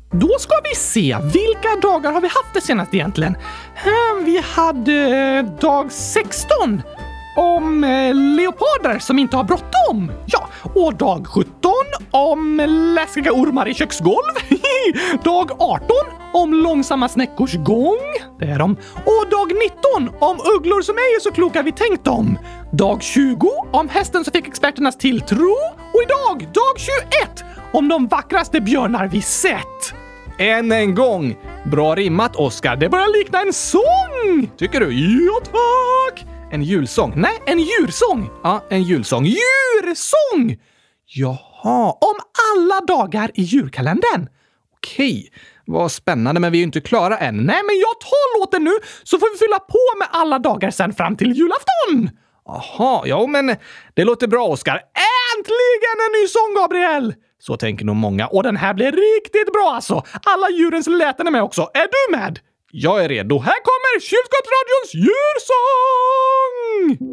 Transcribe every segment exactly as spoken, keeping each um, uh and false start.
Då ska vi se, vilka dagar har vi haft det senast egentligen? Vi hade dag sexton om leoparder som inte har bråttom. Ja, och dag sjutton om läskiga ormar i köksgolv. Dag arton om långsamma snäckors gång. Det är de. Och dag nitton om ugglor som är så kloka vi tänkt dem. Dag tjugo om hästen som fick experternas tilltro. Och idag, dag tjugoett om de vackraste björnar vi sett. Än en gång. Bra rimmat, Oskar. Det börjar likna en sång. Tycker du? Ja, tack. En julsång? Nej, en djursång. Ja, en julsång. Djursång! Jaha, om alla dagar i djurkalendern. Okej, vad spännande, men vi är ju inte klara än. Nej, men jag tar låten nu så får vi fylla på med alla dagar sen fram till julafton. Jaha, ja men det låter bra, Oskar. Äntligen en ny sång, Gabriel! Så tänker nog många. Och den här blir riktigt bra alltså. Alla djurens läten är med också. Är du med? Jag är redo. Här kommer Kylskåpsradions djursång!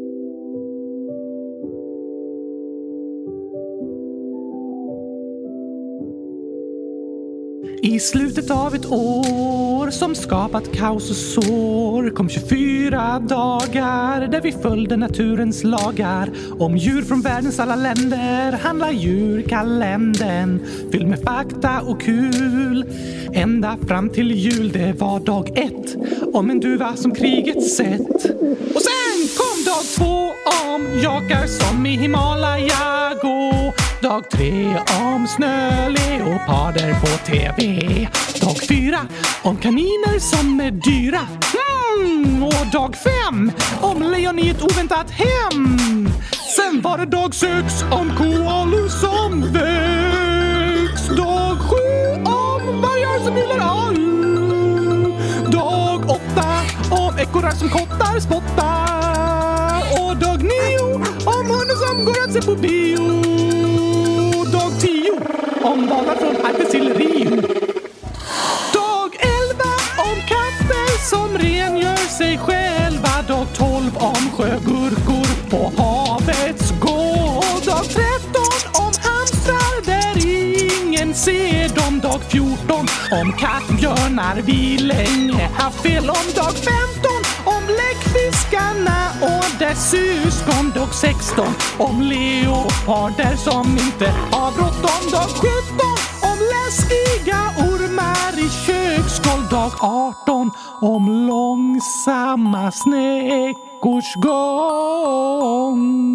I slutet av ett år som skapat kaos och sår kom tjugofyra dagar där vi följde naturens lagar. Om djur från världens alla länder handlar djurkalendern fylld med fakta och kul. Ända fram till jul, det var dag ett om en duva som kriget sett. Och sen kom dag två om jakar som i Himalaya gå. Dag tre om snöleoparder på tv. Dag fyra om kaniner som är dyra. Mm, och dag fem om lejon i ett oväntat hem. Sen var det dag sex om koalor som väcks. Dag sju om vargar som gillar all. Dag åtta om ekorrar som kottar spottar. Och dag nio om hundar som går att se på bio. Dag tio om valar från Arktis till Rio. Dag elva om katter som rengör sig själva. Dag tolv om sjögurkor på havets gård. Dag tretton om hamstrar där ingen ser dem. Dag fjorton om kattbjörnar vi länge haft fel om. Dag femton om läckfiskarna och dess syskon. Dag sexton om leoparder som inte har bråttom. Dag sjutton om läskiga ormar i köksgolv. Dag arton om långsamma snäckors gång.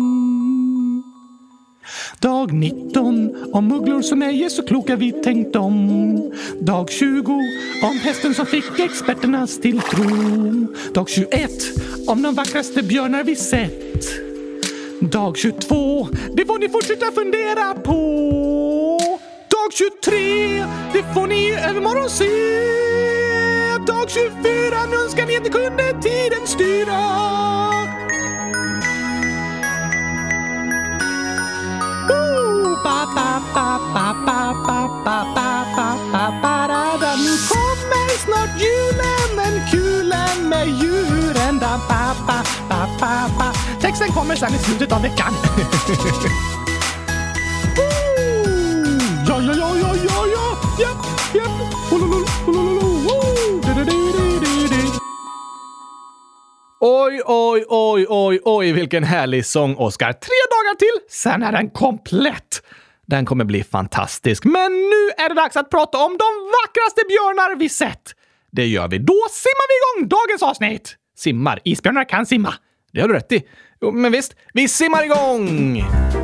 Dag nitton om ugglor som är så kloka vi tänkt om. Dag tjugo om hästen som fick experternas tilltro. Dag tjugoett om de vackraste björnar vi sett. Dag tjugotvå, det får ni fortsätta fundera på. Dag tjugotre, det får ni i övermorgon se. Dag tjugofyra, nu önskar ni inte kunde tiden styra. Ba, ba, ba, ba, ba, ba, ba, ba, ba, ba, ba, da. Nu kommer snart julen, men kulen med djuren. Da, ba, ba, ba, ba, ba. Texten kommer sen i slutet av veckan. Ja, ja, ja, ja, ja, ja. Japp, japp. Oj, oj, oj, oj, oj, vilken härlig sång, Oskar. Tre dagar till, sen är den komplett. Den kommer bli fantastisk. Men nu är det dags att prata om de vackraste björnar vi sett. Det gör vi. Då simmar vi igång dagens avsnitt. Simmar. Isbjörnar kan simma. Det har du rätt i. Jo, men visst, vi simmar igång.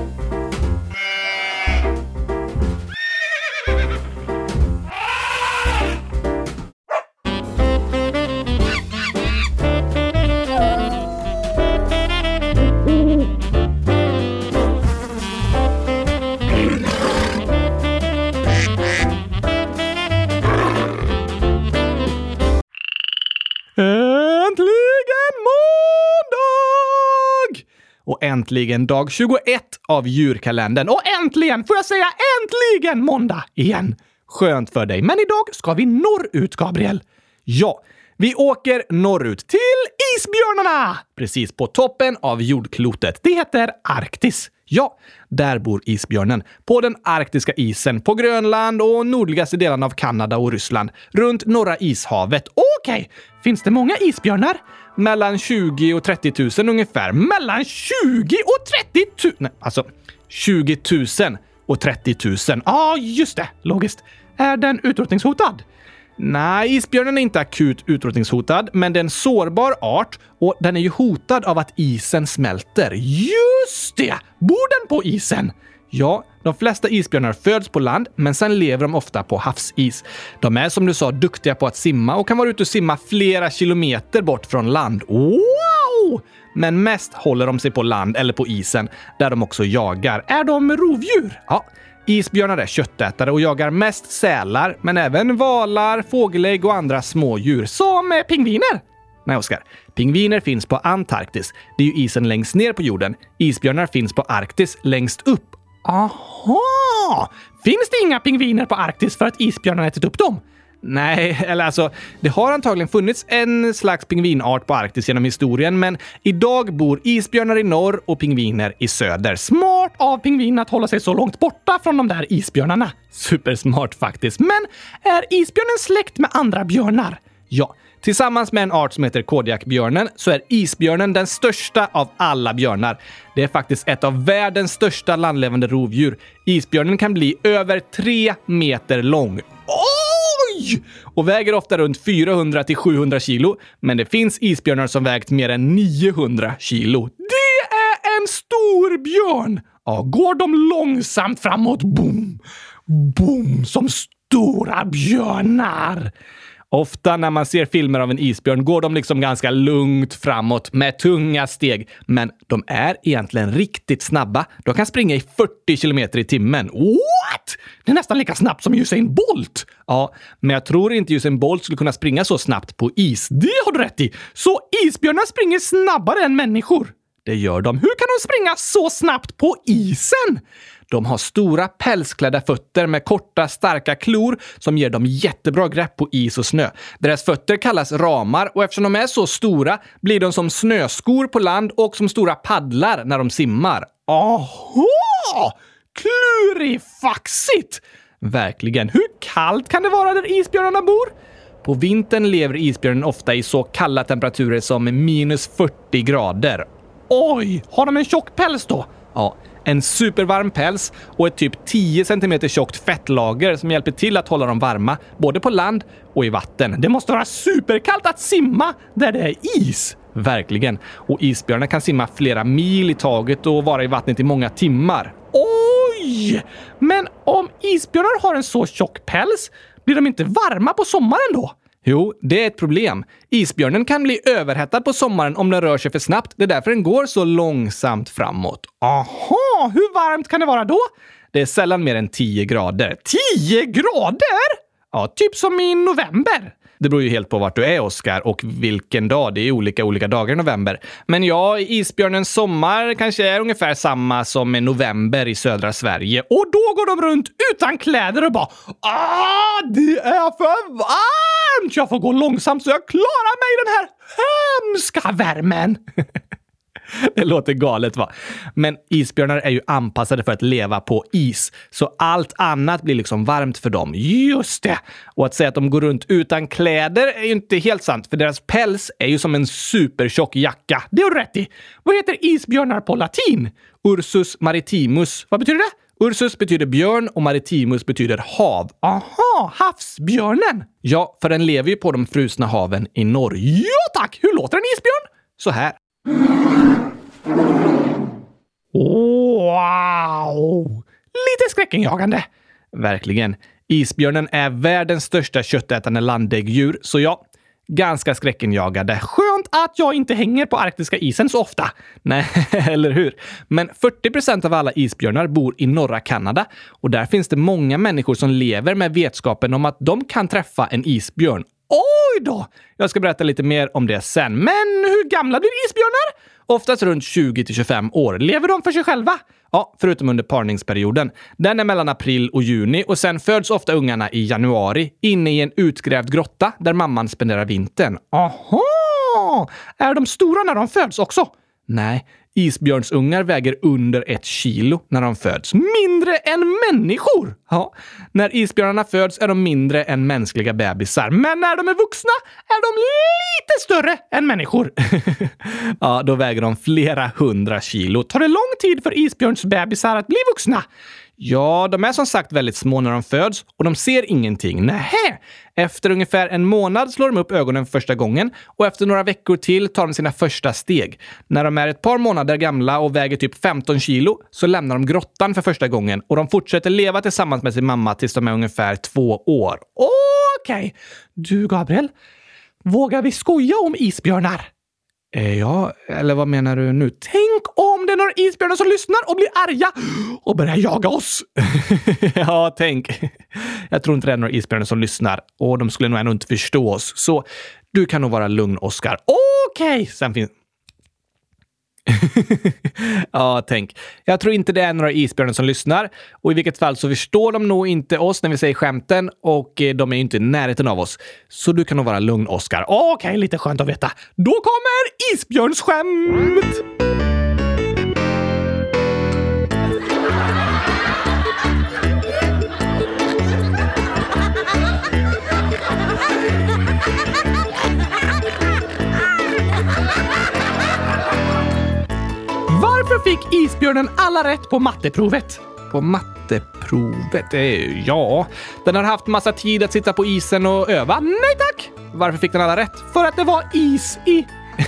Äntligen måndag! Och äntligen dag tjugoett av djurkalendern. Och äntligen, får jag säga äntligen måndag igen. Skönt för dig. Men idag ska vi norrut, Gabriel. Ja, vi åker norrut till isbjörnarna. Precis på toppen av jordklotet. Det heter Arktis. Ja, där bor isbjörnen. På den arktiska isen, på Grönland och nordligaste delarna av Kanada och Ryssland. Runt norra ishavet. Okej, okay. Finns det många isbjörnar? Mellan tjugo och trettio tusen ungefär. Mellan tjugo och trettio tusen? Nej, alltså tjugo tusen och trettio tusen. Ja, ah, just det. Logiskt. Är den utrotningshotad? Nej, isbjörnen är inte akut utrotningshotad, men det är en sårbar art och den är ju hotad av att isen smälter. Just det! Bor den på isen? Ja, de flesta isbjörnar föds på land, men sen lever de ofta på havsis. De är som du sa duktiga på att simma och kan vara ute och simma flera kilometer bort från land. Wow! Men mest håller de sig på land eller på isen, där de också jagar. Är de rovdjur? Ja. Isbjörnar är köttätare och jagar mest sälar, men även valar, fågelägg och andra smådjur, som eh, pingviner. Nej, Oskar. Pingviner finns på Antarktis. Det är ju isen längst ner på jorden. Isbjörnar finns på Arktis längst upp. Aha! Finns det inga pingviner på Arktis för att isbjörnarna ätit upp dem? Nej, eller alltså, det har antagligen funnits en slags pingvinart på Arktis genom historien, men idag bor isbjörnar i norr och pingviner i söder. Smart av pingviner att hålla sig så långt borta från de där isbjörnarna. Supersmart faktiskt. Men är isbjörnen släkt med andra björnar? Ja, tillsammans med en art som heter kodiakbjörnen så är isbjörnen den största av alla björnar. Det är faktiskt ett av världens största landlevande rovdjur. Isbjörnen kan bli över tre meter lång. Oj! Och väger ofta runt fyrahundra till sjuhundra kilo, men det finns isbjörnar som vägt mer än niohundra kilo. Det är en stor björn! Ja, går de långsamt framåt, boom, boom, som stora björnar. Ofta när man ser filmer av en isbjörn går de liksom ganska lugnt framåt med tunga steg. Men de är egentligen riktigt snabba. De kan springa i fyrtio kilometer i timmen. What? Det är nästan lika snabbt som Usain Bolt. Ja, men jag tror inte Usain Bolt skulle kunna springa så snabbt på is. Det har du rätt i. Så isbjörnar springer snabbare än människor. Det gör de. Hur kan de springa så snabbt på isen? De har stora pälsklädda fötter med korta, starka klor som ger dem jättebra grepp på is och snö. Deras fötter kallas ramar och eftersom de är så stora blir de som snöskor på land och som stora paddlar när de simmar. Aha! Klurifaxigt! Verkligen. Hur kallt kan det vara där isbjörnarna bor? På vintern lever isbjörnen ofta i så kalla temperaturer som minus fyrtio grader. Oj, har de en tjock päls då? Ja, en supervarm päls och ett typ tio centimeter tjockt fettlager som hjälper till att hålla dem varma, både på land och i vatten. Det måste vara superkallt att simma där det är is. Verkligen. Och isbjörnar kan simma flera mil i taget och vara i vattnet i många timmar. Oj! Men om isbjörnar har en så tjock päls, blir de inte varma på sommaren då? Jo, det är ett problem. Isbjörnen kan bli överhettad på sommaren om den rör sig för snabbt. Det är därför den går så långsamt framåt. Aha, hur varmt kan det vara då? Det är sällan mer än tio grader. tio grader? Ja, typ som i november. Det beror ju helt på vart du är, Oskar, och vilken dag. Det är olika olika dagar i november. Men ja, isbjörnens sommar kanske är ungefär samma som i november i södra Sverige. Och då går de runt utan kläder och bara ah, det är för varmt! Jag får gå långsamt så jag klarar mig i den här hemska värmen. Det låter galet, va? Men isbjörnar är ju anpassade för att leva på is. Så allt annat blir liksom varmt för dem. Just det! Och att säga att de går runt utan kläder är ju inte helt sant. För deras päls är ju som en supertjock jacka. Det har du rätt i. Vad heter isbjörnar på latin? Ursus maritimus. Vad betyder det? Ursus betyder björn och maritimus betyder hav. Aha, havsbjörnen! Ja, för den lever ju på de frusna haven i norr. Ja tack! Hur låter en isbjörn? Så här. Wow! Lite skräckinjagande. Verkligen. Isbjörnen är världens största köttätande landdäggdjur, så ja, ganska skräckinjagande. Skönt att jag inte hänger på arktiska isen så ofta. Nej, eller hur? Men fyrtio procent av alla isbjörnar bor i norra Kanada och där finns det många människor som lever med vetskapen om att de kan träffa en isbjörn. Oj då! Jag ska berätta lite mer om det sen. Men hur gamla blir isbjörnar? Oftast runt tjugo till tjugofem år. Lever de för sig själva? Ja, förutom under parningsperioden. Den är mellan april och juni och sen föds ofta ungarna i januari inne i en utgrävd grotta där mamman spenderar vintern. Aha! Är de stora när de föds också? Nej, Isbjörnsungar väger under ett kilo när de föds. Mindre än människor! Ja, när isbjörnarna föds är de mindre än mänskliga bebisar. Men när de är vuxna är de lite större än människor. Ja, då väger de flera hundra kilo. Tar det lång tid för isbjörnsbebisar att bli vuxna? Ja, de är som sagt väldigt små när de föds och de ser ingenting. Nähä! Efter ungefär en månad slår de upp ögonen för första gången och efter några veckor till tar de sina första steg. När de är ett par månader gamla och väger typ femton kilo så lämnar de grottan för första gången och de fortsätter leva tillsammans med sin mamma tills de är ungefär två år. Okej! Okay. Du, Gabriel, vågar vi skoja om isbjörnar? Ja, eller vad menar du nu? Tänk om det är några isbjörnar som lyssnar och blir arga och börjar jaga oss. Ja, tänk. Jag tror inte det är några isbjörnar som lyssnar och de skulle nog ändå inte förstå oss. Så du kan nog vara lugn, Oskar. Okej, okay. Sen finns... Ja, tänk. Jag tror inte det är några isbjörnar som lyssnar. Och i vilket fall så förstår de nog inte oss när vi säger skämten. Och de är ju inte i närheten av oss. Så du kan nog vara lugn, Oskar. Okej, okay, lite skönt att veta. Då kommer isbjörnsskämt! Varför fick isbjörnen alla rätt på matteprovet? På matteprovet? Eh, ja, den har haft massa tid att sitta på isen och öva. Nej tack! Varför fick den alla rätt? För att det var is i.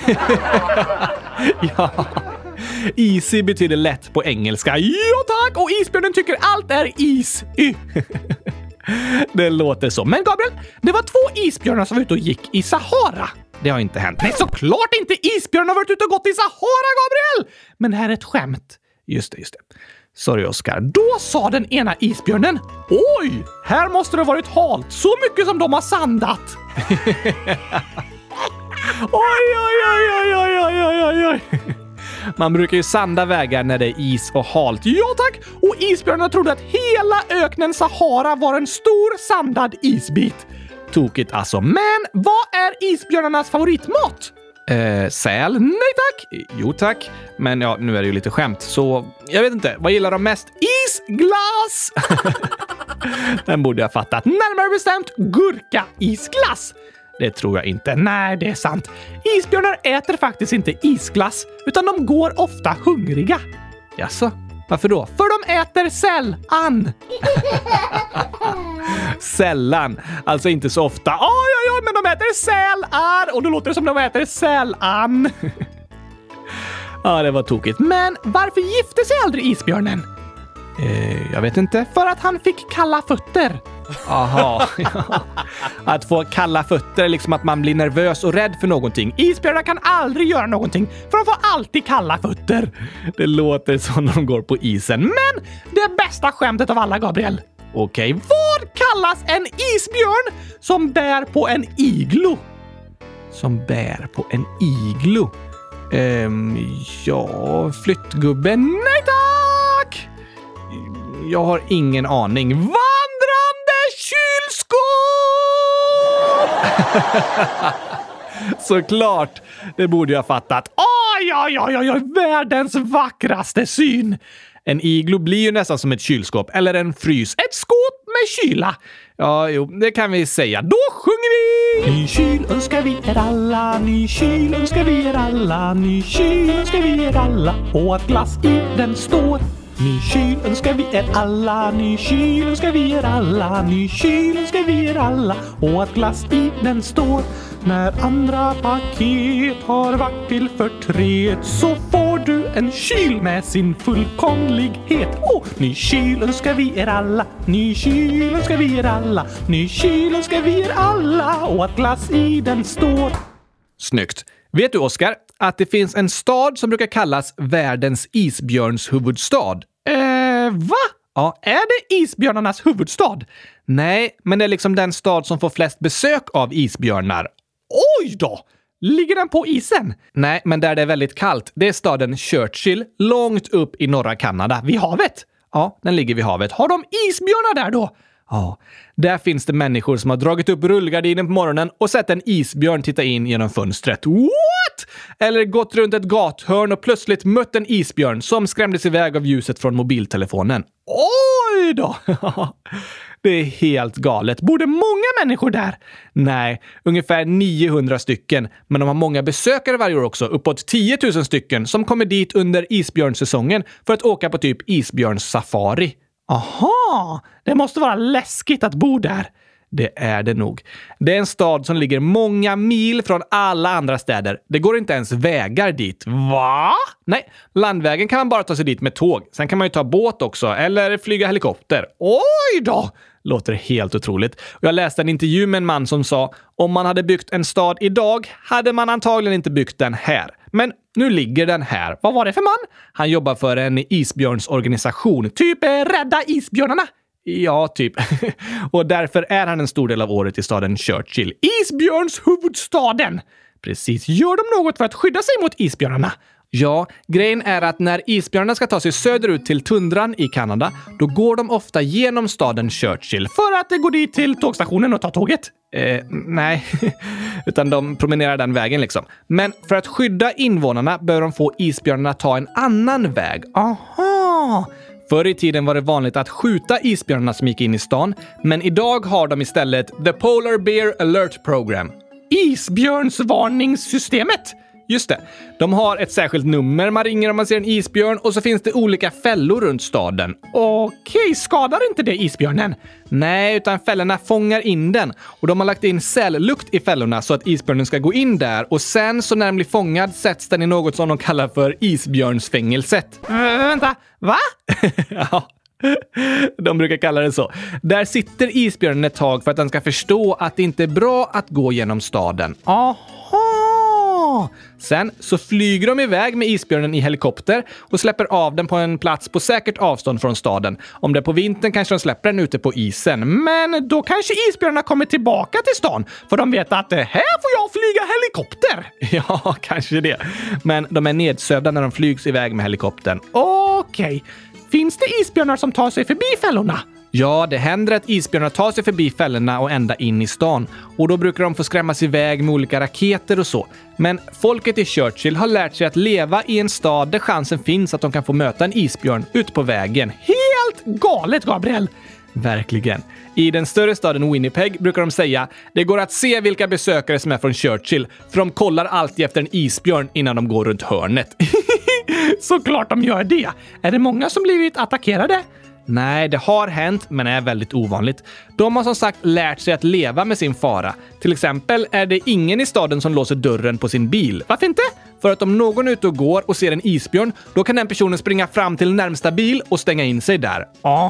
Ja. Easy betyder lätt på engelska. Ja tack! Och isbjörnen tycker allt är is i. Det låter så. Men Gabriel, det var två isbjörnar som var ute och gick i Sahara. Det har inte hänt. Nej, såklart inte! Isbjörnen har varit ute och gått i Sahara, Gabriel! Men här är ett skämt. Just det, just det. Sorry, Oskar. Då sa den ena isbjörnen: oj, här måste det ha varit halt. Så mycket som de har sandat. Oj, oj, oj, oj, oj, oj, oj, oj. Man brukar ju sanda vägar när det är is och halt. Ja tack! Och isbjörnarna trodde att hela öknen Sahara var en stor sandad isbit. Tokigt alltså. Men vad är isbjörnarnas favoritmat? Eh, säl? Nej tack! Jo tack. Men ja, nu är det ju lite skämt. Så jag vet inte. Vad gillar de mest? Isglass! Den borde jag fattat. Närmare bestämt gurka isglass. Det tror jag inte. Nej, det är sant. Isbjörnar äter faktiskt inte isglass, utan de går ofta hungriga. Jaså? Varför då? För de äter sällan. Sällan. Alltså inte så ofta. Oj, oj, oj, men de äter sällan. Och då låter det som de äter sällan. Ja, det var tokigt. Men varför gifte sig aldrig isbjörnen? Eh, jag vet inte. För att han fick kalla fötter. Aha. Att få kalla fötter är liksom att man blir nervös och rädd för någonting. Isbjörnar kan aldrig göra någonting, för de får alltid kalla fötter. Det låter som när de går på isen. Men det bästa skämtet av alla, Gabriel. Okej, vad kallas en isbjörn som bär på en iglo? Som bär på en iglo? Ehm, ja, flyttgubben. Nej tack! Jag har ingen aning. Vandrande kylskåp! Såklart, det borde jag ha fattat. Oj, oj, oj, oj, oj, världens vackraste syn. En iglo blir ju nästan som ett kylskåp eller en frys. Ett skåp med kyla. Ja, jo, det kan vi säga. Då sjunger vi! Ny kyl önskar vi er alla, ny kyl önskar vi er alla, ny kyl önskar vi er alla, och att glass i den står. Ny kyl önskar vi er alla, ny kyl önskar vi er alla, ny kyl önskar vi er alla, och att glass i den står. När andra paket har varit till förtret så får du en kyl med sin fullkomlighet. Åh, ny kyl önskar vi er alla, ny kyl önskar vi er alla, ny kyl önskar vi er alla, och att glass i den står. Snyggt. Vet du, Oskar, att det finns en stad som brukar kallas världens isbjörnshuvudstad? Eh, va? Ja, är det isbjörnarnas huvudstad? Nej, men det är liksom den stad som får flest besök av isbjörnar. Oj då! Ligger den på isen? Nej, men där det är väldigt kallt. Det är staden Churchill, långt upp i norra Kanada, vid havet. Ja, den ligger vid havet. Har de isbjörnar där då? Ja, där finns det människor som har dragit upp rullgardinen på morgonen och sett en isbjörn titta in genom fönstret. What? Eller gått runt ett gathörn och plötsligt mött en isbjörn som skrämdes iväg av ljuset från mobiltelefonen. Oj då! Det är helt galet. Bor det många människor där? Nej, ungefär niohundra stycken. Men de har många besökare varje år också. Uppåt tio tusen stycken som kommer dit under isbjörnsäsongen för att åka på typ isbjörnssafari. Aha, det måste vara läskigt att bo där. Det är det nog. Det är en stad som ligger många mil från alla andra städer. Det går inte ens vägar dit. Va? Nej, landvägen kan man bara ta sig dit med tåg. Sen kan man ju ta båt också, eller flyga helikopter. Oj då! Låter helt otroligt. Och jag läste en intervju med en man som sa om man hade byggt en stad idag hade man antagligen inte byggt den här. Men nu ligger den här. Vad var det för man? Han jobbar för en isbjörnsorganisation. Typ eh, rädda isbjörnarna. Ja, typ. Och därför är han en stor del av året i staden Churchill. Isbjörns huvudstaden! Precis. Gör de något för att skydda sig mot isbjörnarna? Ja, grejen är att när isbjörnarna ska ta sig söderut till tundran i Kanada, då går de ofta genom staden Churchill för att gå dit till tågstationen och ta tåget. Eh, nej, utan de promenerar den vägen liksom. Men för att skydda invånarna bör de få isbjörnarna ta en annan väg. Aha! Förr i tiden var det vanligt att skjuta isbjörnarna som gick in i stan, men idag har de istället The Polar Bear Alert Program. Isbjörnsvarningssystemet! Just det. De har ett särskilt nummer man ringer om man ser en isbjörn och så finns det olika fällor runt staden. Okej, skadar inte det isbjörnen? Nej, utan fällorna fångar in den. Och de har lagt in celllukt i fällorna så att isbjörnen ska gå in där. Och sen så när den blir fångad sätts den i något som de kallar för isbjörnsfängelset. Äh, vänta, va? Ja. De brukar kalla det så. Där sitter isbjörnen ett tag för att den ska förstå att det inte är bra att gå genom staden. Aha! Sen så flyger de iväg med isbjörnen i helikopter och släpper av den på en plats på säkert avstånd från staden. Om det är på vintern kanske de släpper den ute på isen. Men då kanske isbjörnarna kommer tillbaka till stan för de vet att här får jag flyga helikopter. Ja, kanske det. Men de är nedsövda när de flygs iväg med helikoptern. Okej. Okay. Finns det isbjörnar som tar sig förbi fällorna? Ja, det händer att isbjörnar tar sig förbi fällorna och ända in i stan. Och då brukar de få skrämmas iväg med olika raketer och så. Men folket i Churchill har lärt sig att leva i en stad där chansen finns att de kan få möta en isbjörn ut på vägen. Helt galet, Gabriel! Verkligen. I den större staden Winnipeg brukar de säga det går att se vilka besökare som är från Churchill, för de kollar alltid efter en isbjörn innan de går runt hörnet. Såklart de gör det. Är det många som blivit attackerade? Nej, det har hänt, men är väldigt ovanligt. De har som sagt lärt sig att leva med sin fara. Till exempel är det ingen i staden som låser dörren på sin bil. Varför inte? För att om någon är ute och går och ser en isbjörn, då kan den personen springa fram till närmsta bil och stänga in sig där.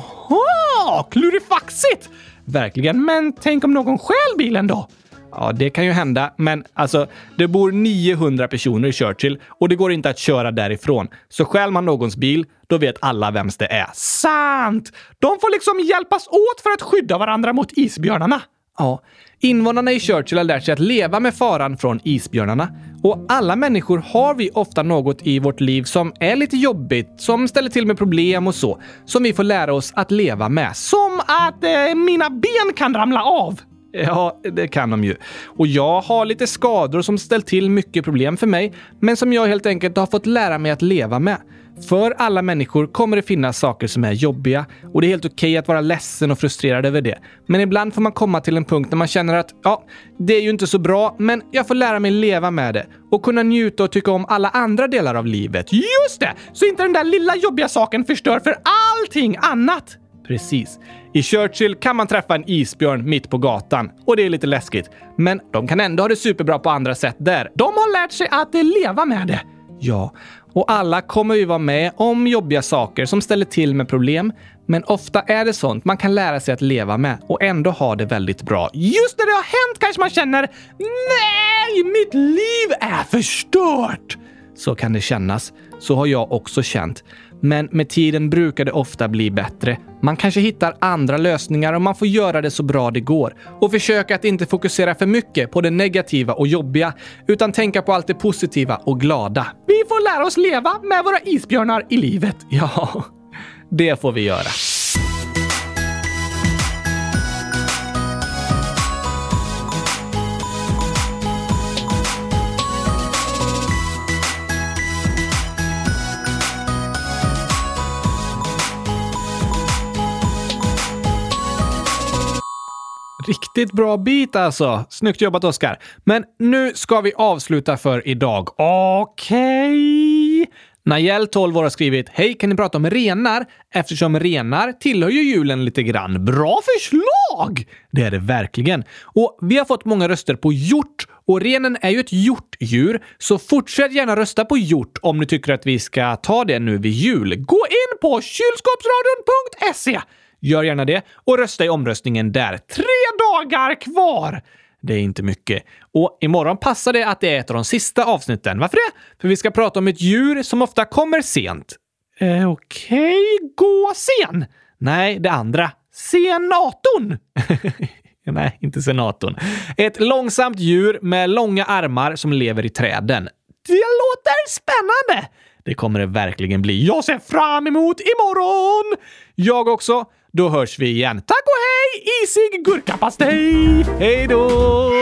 Aha! Klurifaxigt! Verkligen, men tänk om någon stjäl bilen då? Ja, det kan ju hända, men alltså, det bor niohundra personer i Churchill och det går inte att köra därifrån. Så stjäl man någons bil, då vet alla vems det är. Sant! De får liksom hjälpas åt för att skydda varandra mot isbjörnarna. Ja, invånarna i Churchill har lärt sig att leva med faran från isbjörnarna. Och alla människor har vi ofta något i vårt liv som är lite jobbigt, som ställer till med problem och så, som vi får lära oss att leva med. Som att eh, mina ben kan ramla av. Ja, det kan de ju. Och jag har lite skador som ställt till mycket problem för mig, men som jag helt enkelt har fått lära mig att leva med. För alla människor kommer det finnas saker som är jobbiga och det är helt okej att vara ledsen och frustrerad över det. Men ibland får man komma till en punkt där man känner att ja, det är ju inte så bra, men jag får lära mig leva med det och kunna njuta och tycka om alla andra delar av livet. Just det! Så inte den där lilla jobbiga saken förstör för allting annat. Precis. I Churchill kan man träffa en isbjörn mitt på gatan och det är lite läskigt. Men de kan ändå ha det superbra på andra sätt där. De har lärt sig att leva med det. Ja, och alla kommer ju vara med om jobbiga saker som ställer till med problem. Men ofta är det sånt man kan lära sig att leva med och ändå ha det väldigt bra. Just när det har hänt kanske man känner nej, mitt liv är förstört. Så kan det kännas. Så har jag också känt. Men med tiden brukar det ofta bli bättre. Man kanske hittar andra lösningar och man får göra det så bra det går. Och försöka att inte fokusera för mycket på det negativa och jobbiga, utan tänka på allt det positiva och glada. Vi får lära oss leva med våra isbjörnar i livet. Ja, det får vi göra. Riktigt bra bit alltså. Snyggt jobbat, Oskar. Men nu ska vi avsluta för idag. Okej. Okay. Najel, tolv år, har skrivit: hej, kan ni prata om renar? Eftersom renar tillhör ju julen lite grann. Bra förslag! Det är det verkligen. Och vi har fått många röster på hjort. Och renen är ju ett hjortdjur. Så fortsätt gärna rösta på hjort om ni tycker att vi ska ta det nu vid jul. Gå in på kylskåpsradion punkt se. Gör gärna det och rösta i omröstningen där. Tre dagar kvar! Det är inte mycket. Och imorgon passar det att det är ett av de sista avsnitten. Varför det? För vi ska prata om ett djur som ofta kommer sent. Eh, Okej, okay. Gå sen. Nej, det andra. Senatorn. Nej, inte senatorn. Ett långsamt djur med långa armar som lever i träden. Det låter spännande. Det kommer det verkligen bli. Jag ser fram emot imorgon. Jag också. Då hörs vi igen. Tack och hej, isig gurkapastej. Hej då!